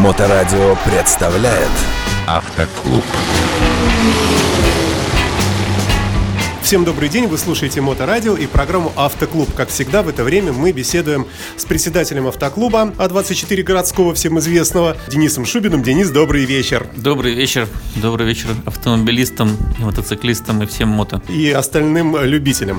Моторадио представляет Автоклуб. Всем добрый день, вы слушаете Моторадио и программу «Автоклуб». Как всегда, в это время мы беседуем с председателем автоклуба А24 городского, всем известного, Денисом Шубиным. Денис, добрый вечер. Добрый вечер. Добрый вечер автомобилистам, мотоциклистам и всем мото. И остальным любителям.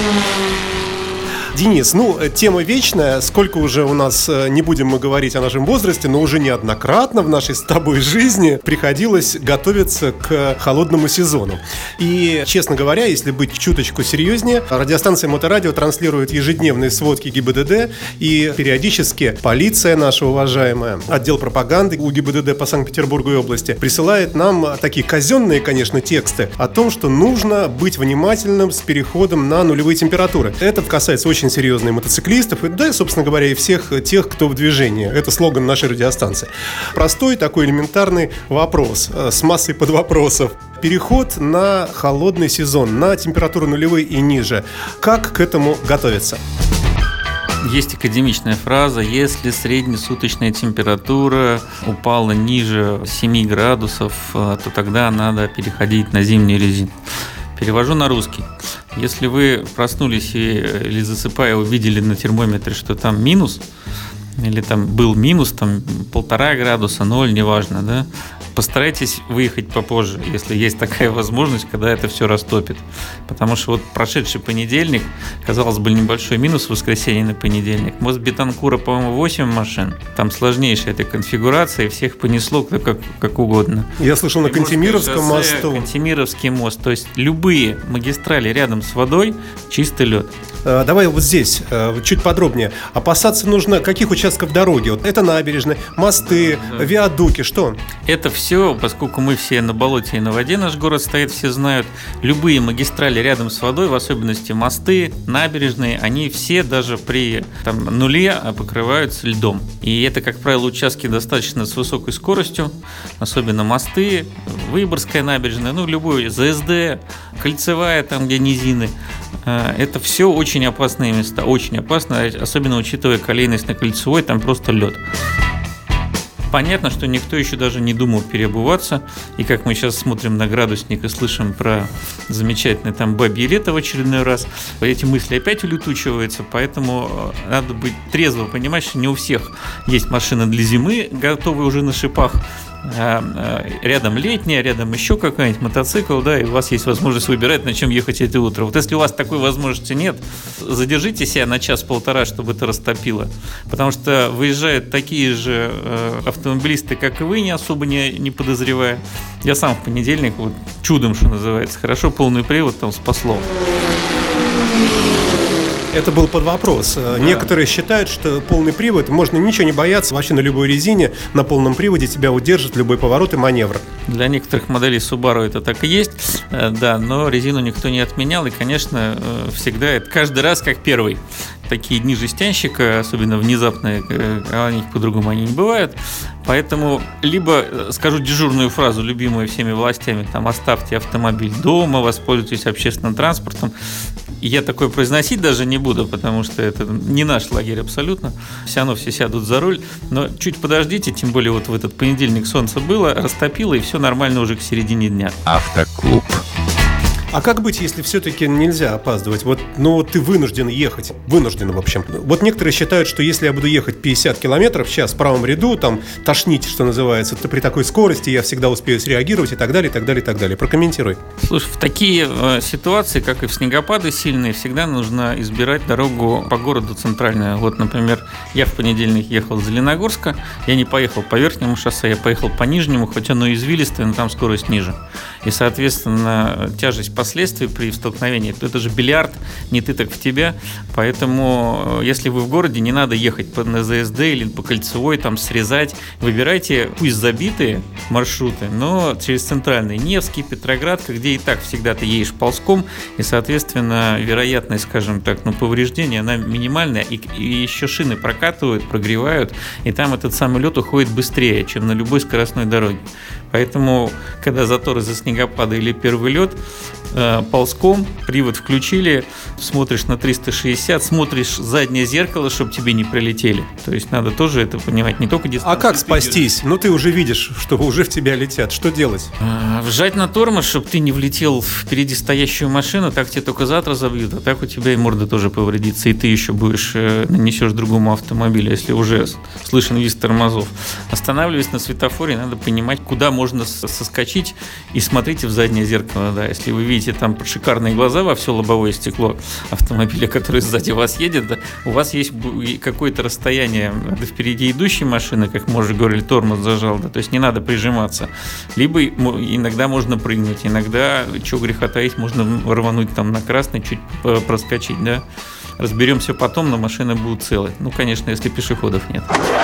Денис, тема вечная. Сколько уже у нас, не будем мы говорить о нашем возрасте, но уже неоднократно в нашей с тобой жизни приходилось готовиться к холодному сезону. И, честно говоря, если быть чуточку серьезнее, радиостанция Моторадио транслирует ежедневные сводки ГИБДД, и периодически полиция наша уважаемая, отдел пропаганды у ГИБДД по Санкт-Петербургу и области, присылает нам такие казенные, конечно, тексты о том, что нужно быть внимательным с переходом на нулевые температуры. Это касается очень серьезных мотоциклистов, и, собственно говоря, и всех тех, кто в движении. Это слоган нашей радиостанции. Простой такой элементарный вопрос с массой подвопросов. Переход на холодный сезон, на температуру нулевые и ниже. Как к этому готовиться? Есть академичная фраза: если среднесуточная температура упала ниже 7 градусов, то тогда надо переходить на зимнюю резину. Перевожу на русский. Если вы проснулись или засыпая увидели на термометре, что там минус, или там был минус, там 1,5 градуса, 0, неважно, да, постарайтесь выехать попозже, если есть такая возможность, когда это все растопит. Потому что вот прошедший понедельник, казалось бы, небольшой минус в воскресенье на понедельник. Мост Бетанкура, по-моему, 8 машин. Там сложнейшая эта конфигурация, и всех понесло как угодно. Я слышал на Кантемировском мосту. Кантемировский мост. То есть любые магистрали рядом с водой – чистый лед. Давай вот здесь чуть подробнее. Опасаться нужно каких участков дороги? Вот это набережные, мосты, виадуки, что? Это все, поскольку мы все на болоте и на воде, наш город стоит, все знают, любые магистрали рядом с водой, в особенности мосты, набережные, они все даже при нуле покрываются льдом. И это, как правило, участки достаточно с высокой скоростью, особенно мосты, Выборгская набережная, любой ЗСД, Кольцевая, там где низины. Это все очень опасные места, очень опасно, особенно учитывая колейность на Кольцевой, там просто лед. Понятно, что никто еще даже не думал переобуваться, и как мы сейчас смотрим на градусник и слышим про замечательное там бабье лето в очередной раз, эти мысли опять улетучиваются, поэтому надо быть трезво, понимать, что не у всех есть машина для зимы, готовые уже на шипах, рядом летняя, рядом еще какой-нибудь мотоцикл, да, и у вас есть возможность выбирать, на чем ехать это утро. Вот если у вас такой возможности нет, задержите себя на час-полтора, чтобы это растопило, потому что выезжают такие же автомобилисты, как и вы, не особо не подозревая. Я сам в понедельник, вот чудом, что называется, хорошо полный привод там спасло. Это был под вопрос. Да. Некоторые считают, что полный привод, можно ничего не бояться, вообще на любой резине, на полном приводе тебя удержит любой поворот и маневр. Для некоторых моделей Subaru это так и есть, да, но резину никто не отменял, и, конечно, всегда это каждый раз как первый. Такие дни жестянщика, особенно внезапные, о них по-другому они не бывают. Поэтому либо скажу дежурную фразу, любимую всеми властями, оставьте автомобиль дома, воспользуйтесь общественным транспортом. Я такое произносить даже не буду, потому что это не наш лагерь абсолютно. Все равно все сядут за руль. Но чуть подождите, тем более вот в этот понедельник солнце было, растопило, и все нормально уже к середине дня. Автоклуб. А как быть, если все-таки нельзя опаздывать? Вот ты вынужден ехать. Вынужден, в общем. Вот некоторые считают, что если я буду ехать 50 километров в час в правом ряду, тошнить, что называется, то при такой скорости я всегда успею среагировать и так далее, и так далее, и так далее. Прокомментируй. Слушай, в такие ситуации, как и в снегопады сильные, всегда нужно избирать дорогу по городу центральную. Вот, например, я в понедельник ехал из Зеленогорска, я не поехал по верхнему шоссе, я поехал по нижнему, хоть оно извилистое, но там скорость ниже. И, соответственно, тяжесть последствий при столкновении, то это же бильярд, не ты так в тебя. Поэтому, если вы в городе, не надо ехать по ЗСД или по Кольцевой, срезать. Выбирайте, пусть забитые маршруты, но через центральный Невский, Петроградка, где и так всегда ты едешь ползком, и, соответственно, вероятность, скажем так, повреждения, она минимальная, и еще шины прокатывают, прогревают, и там этот самый лед уходит быстрее, чем на любой скоростной дороге. Поэтому, когда затор из-за снегопада или первый лед, ползком, привод включили, смотришь на 360, смотришь заднее зеркало, чтобы тебе не прилетели. То есть надо тоже это понимать, не только дистанцию. А как спастись? Ну, ты уже видишь, что уже в тебя летят. Что делать? Вжать на тормоз, чтобы ты не влетел впереди стоящую машину, так тебе только зад разобьют, а так у тебя и морда тоже повредится, и ты еще будешь нанесешь другому автомобилю, если уже слышен визг тормозов. Останавливаясь на светофоре, надо понимать, куда можно соскочить, и смотрите в заднее зеркало, да, если вы видите там шикарные глаза во все лобовое стекло автомобиля, который сзади вас едет, да, у вас есть какое-то расстояние до впереди идущей машины, как мы уже говорили, тормоз зажал, да, то есть не надо прижиматься. Либо иногда можно прыгнуть, иногда, чего греха таить, можно рвануть там на красный, чуть проскочить, да. Разберемся потом, но машины будут целы. Ну, конечно, если пешеходов нет.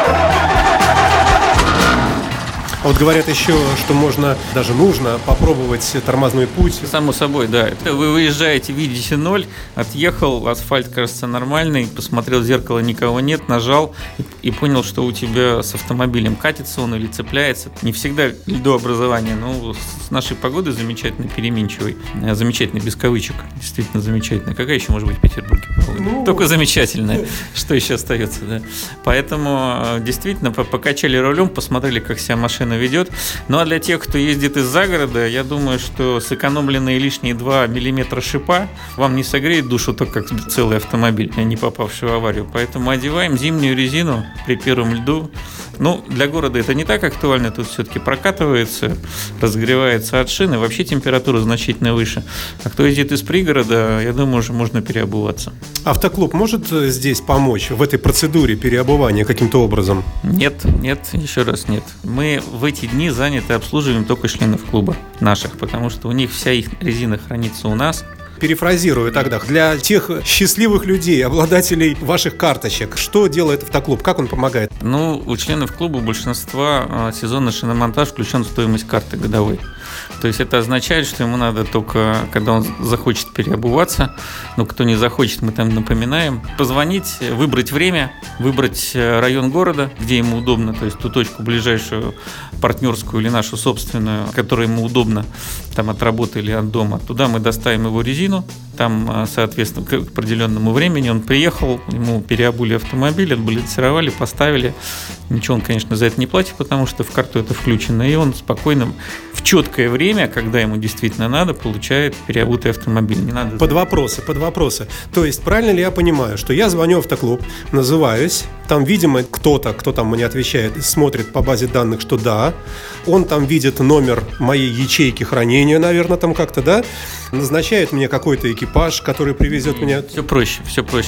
Вот говорят еще, что можно, даже нужно попробовать тормозной путь. Само собой, да. Вы выезжаете, видите ноль, отъехал, асфальт кажется нормальный, посмотрел в зеркало, никого нет, нажал и понял, что у тебя с автомобилем катится он или цепляется. Не всегда льдообразование, но с нашей погодой замечательно переменчивой, замечательный без кавычек, действительно замечательно. Какая еще может быть в Петербурге погода? Только замечательная, что еще остается, да. Поэтому действительно покачали рулем, посмотрели, как себя машина ведет. Ну а для тех, кто ездит из-за города, я думаю, что сэкономленные лишние 2 миллиметра шипа вам не согреет душу так, как целый автомобиль, не попавший в аварию. Поэтому одеваем зимнюю резину при первом льду. Ну, для города это не так актуально, тут все-таки прокатывается, разогревается от шины, вообще температура значительно выше. А кто ездит из пригорода, я думаю, уже можно переобуваться. Автоклуб может здесь помочь в этой процедуре переобувания каким-то образом? Нет, еще раз нет. Мы в эти дни заняты обслуживаем только членов клуба наших, потому что у них вся их резина хранится у нас. Перефразирую тогда, для тех счастливых людей, обладателей ваших карточек, что делает автоклуб, как он помогает? Ну, у членов клуба большинства сезонный шиномонтаж включен в стоимость карты годовой. То есть это означает, что ему надо только, когда он захочет переобуваться, но кто не захочет, мы там напоминаем, позвонить, выбрать время, выбрать район города, где ему удобно, то есть ту точку ближайшую, партнерскую или нашу собственную, которая ему удобно там от работы или от дома. Туда мы доставим его резину, там, соответственно, к определенному времени он приехал, ему переобули автомобиль, отбалансировали, поставили. Ничего он, конечно, за это не платит, потому что в карту это включено, и он спокойно в четкое время, когда ему действительно надо, получает переобутый автомобиль. Не надо... Под вопросы. То есть, правильно ли я понимаю, что я звоню в автоклуб, называюсь, там, видимо, кто там мне отвечает, смотрит по базе данных, что да, он там видит номер моей ячейки хранения, наверное, там как-то, да, назначает мне какой-то экипаж, который привезет меня... Все проще.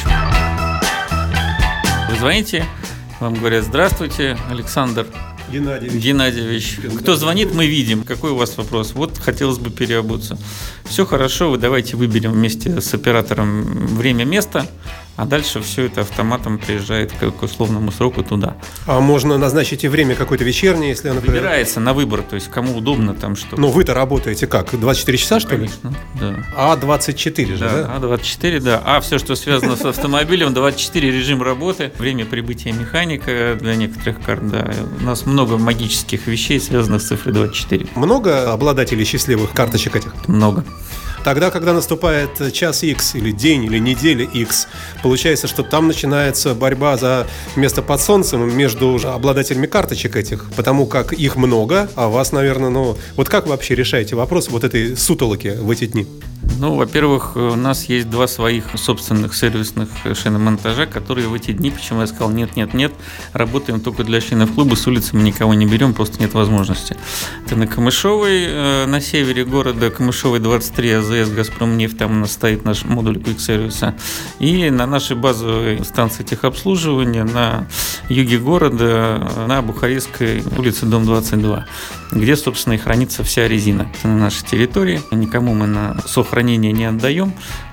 Вы звоните, вам говорят: здравствуйте, Александр Геннадьевич. Кто звонит, мы видим. Какой у вас вопрос? Вот, хотелось бы переобуться. Все хорошо, вы давайте выберем вместе с оператором время, место, а дальше все это автоматом приезжает к условному сроку туда. А можно назначить и время какое-то вечернее, если, например... Выбирается на выбор, то есть кому удобно там что. Ну, вы-то работаете как? 24 часа, что ли? Конечно, да. А24 же, да? А24, да. А все, что связано с автомобилем, 24 режим работы, время прибытия механика для некоторых карт, да. У нас много магических вещей, связанных с цифрой 24. Много обладателей счастливых карточек этих? Много. Тогда, когда наступает час X или день, или неделя X, получается, что там начинается борьба за место под солнцем между обладателями карточек этих, потому как их много, а вас, наверное, вот как вы вообще решаете вопрос вот этой сутолоки в эти дни? Ну, во-первых, у нас есть 2 своих собственных сервисных шиномонтажа, которые в эти дни, почему я сказал нет, работаем только для членов клуба, с улицы мы никого не берем, просто нет возможности. Это на Камышовой, на севере города, Камышовой 23, АЗС «Газпромнефть», там у нас стоит наш модуль квик-сервиса, и на нашей базовой станции техобслуживания на юге города, на Бухарестской улице, дом 22, где, собственно, и хранится вся резина. Это на нашей территории, никому мы на сохранение не отдаем,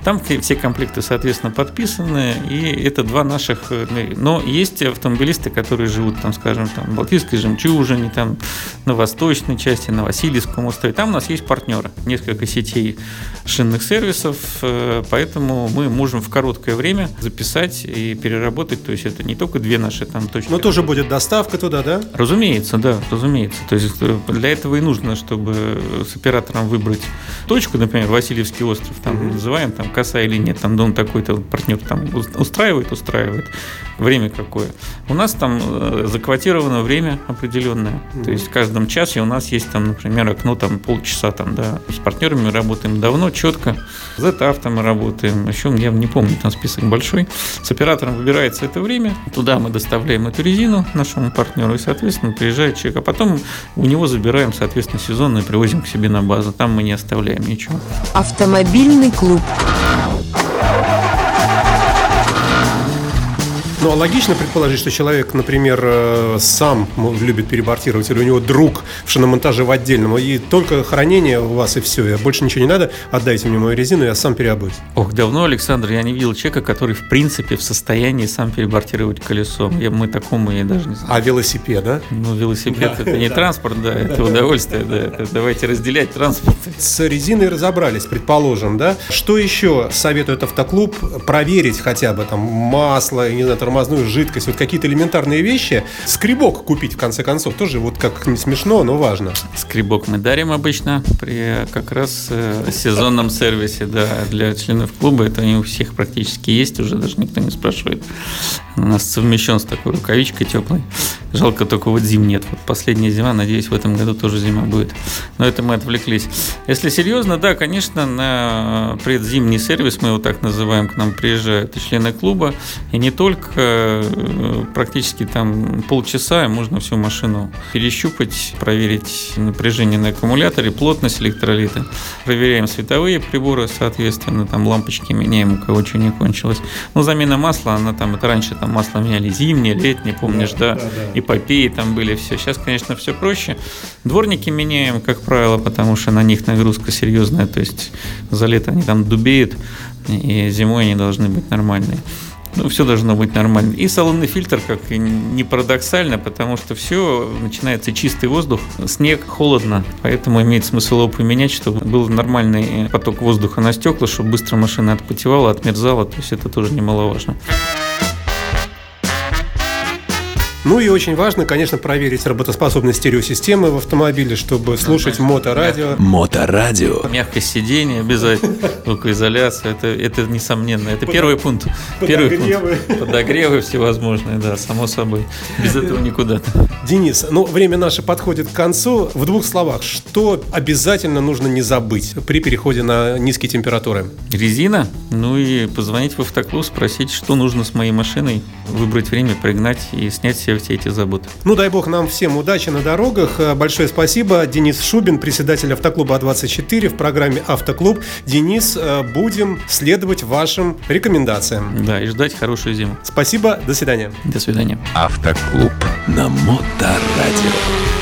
Там все комплекты, соответственно, подписаны, и это два наших. Но есть автомобилисты, которые живут, там, скажем, там, в Балтийской жемчужине, там, на восточной части, на Васильевском острове. Там у нас есть партнеры, несколько сетей шинных сервисов, поэтому мы можем в короткое время записать и переработать. То есть это не только две наши там точки. Но тоже будет доставка туда, да? Разумеется, да, разумеется. То есть для этого и нужно, чтобы с оператором выбрать точку, например, Васильевский остров, там называем там коса или нет, там дом такой-то партнер там устраивает, время какое. У нас там заквотировано время определенное. То есть в каждом часе у нас есть там, например, окно там полчаса там, да. С партнерами мы работаем давно, четко. С Z-Авто мы работаем. Еще я не помню, там список большой. С оператором выбирается это время. Туда мы доставляем эту резину нашему партнеру, и, соответственно, приезжает человек. А потом у него забираем, соответственно, сезонно и привозим к себе на базу. Там мы не оставляем ничего. Автомобильный клуб. Ну, а логично предположить, что человек, например, сам любит перебортировать, или у него друг в шиномонтаже в отдельном, и только хранение у вас, и все, больше ничего не надо, отдайте мне мою резину, я сам переобуюсь. Ох, давно, Александр, я не видел человека, который, в принципе, в состоянии сам перебортировать колесо. Мы такому я даже не знаю. А велосипед, да? Ну, велосипед – это не транспорт, да, это удовольствие, да. Давайте разделять транспорт. С резиной разобрались, предположим, да? Что еще советует автоклуб проверить хотя бы там масло, не знаю, тормозную жидкость, вот какие-то элементарные вещи. Скребок купить, в конце концов, тоже вот как не смешно, но важно. Скребок мы дарим обычно при как раз сезонном сервисе, да, для членов клуба. Это они у всех практически есть, уже даже никто не спрашивает. У нас совмещен с такой рукавичкой теплой. Жалко, только вот зим нет. Вот последняя зима, надеюсь, в этом году тоже зима будет. Но это мы отвлеклись. Если серьезно, да, конечно, на предзимний сервис, мы его так называем, к нам приезжают и члены клуба, и не только, практически там полчаса, и можно всю машину перещупать, проверить напряжение на аккумуляторе, плотность электролита. Проверяем световые приборы, соответственно, там лампочки меняем, у кого что не кончилось. Ну, замена масла, она там, это раньше там масло меняли зимнее, летнее, помнишь, да? Эпопеи там были, все. Сейчас, конечно, все проще. Дворники меняем, как правило, потому что на них нагрузка серьезная, то есть за лето они там дубеют, и зимой они должны быть нормальные. Ну, все должно быть нормально. И салонный фильтр, как не парадоксально, потому что все, начинается чистый воздух, снег, холодно, поэтому имеет смысл его поменять, чтобы был нормальный поток воздуха на стекла, чтобы быстро машина отпотевала, отмерзала, то есть это тоже немаловажно. Ну и очень важно, конечно, проверить работоспособность стереосистемы в автомобиле, чтобы слушать моторадио. Моторадио. Мягкость сидения обязательно, звукоизоляция, это несомненно. Это первый пункт. Подогревы. Подогревы всевозможные, да, само собой. Без этого никуда. Денис, ну время наше подходит к концу. В двух словах, что обязательно нужно не забыть при переходе на низкие температуры? Резина, ну и позвонить в автоклуб, спросить, что нужно с моей машиной, выбрать время, пригнать и снять все эти заботы. Ну, дай бог нам всем удачи на дорогах. Большое спасибо. Денис Шубин, председатель автоклуба А24 в программе «Автоклуб». Денис, будем следовать вашим рекомендациям. Да, и ждать хорошую зиму. Спасибо, до свидания. До свидания. Автоклуб на Моторадио.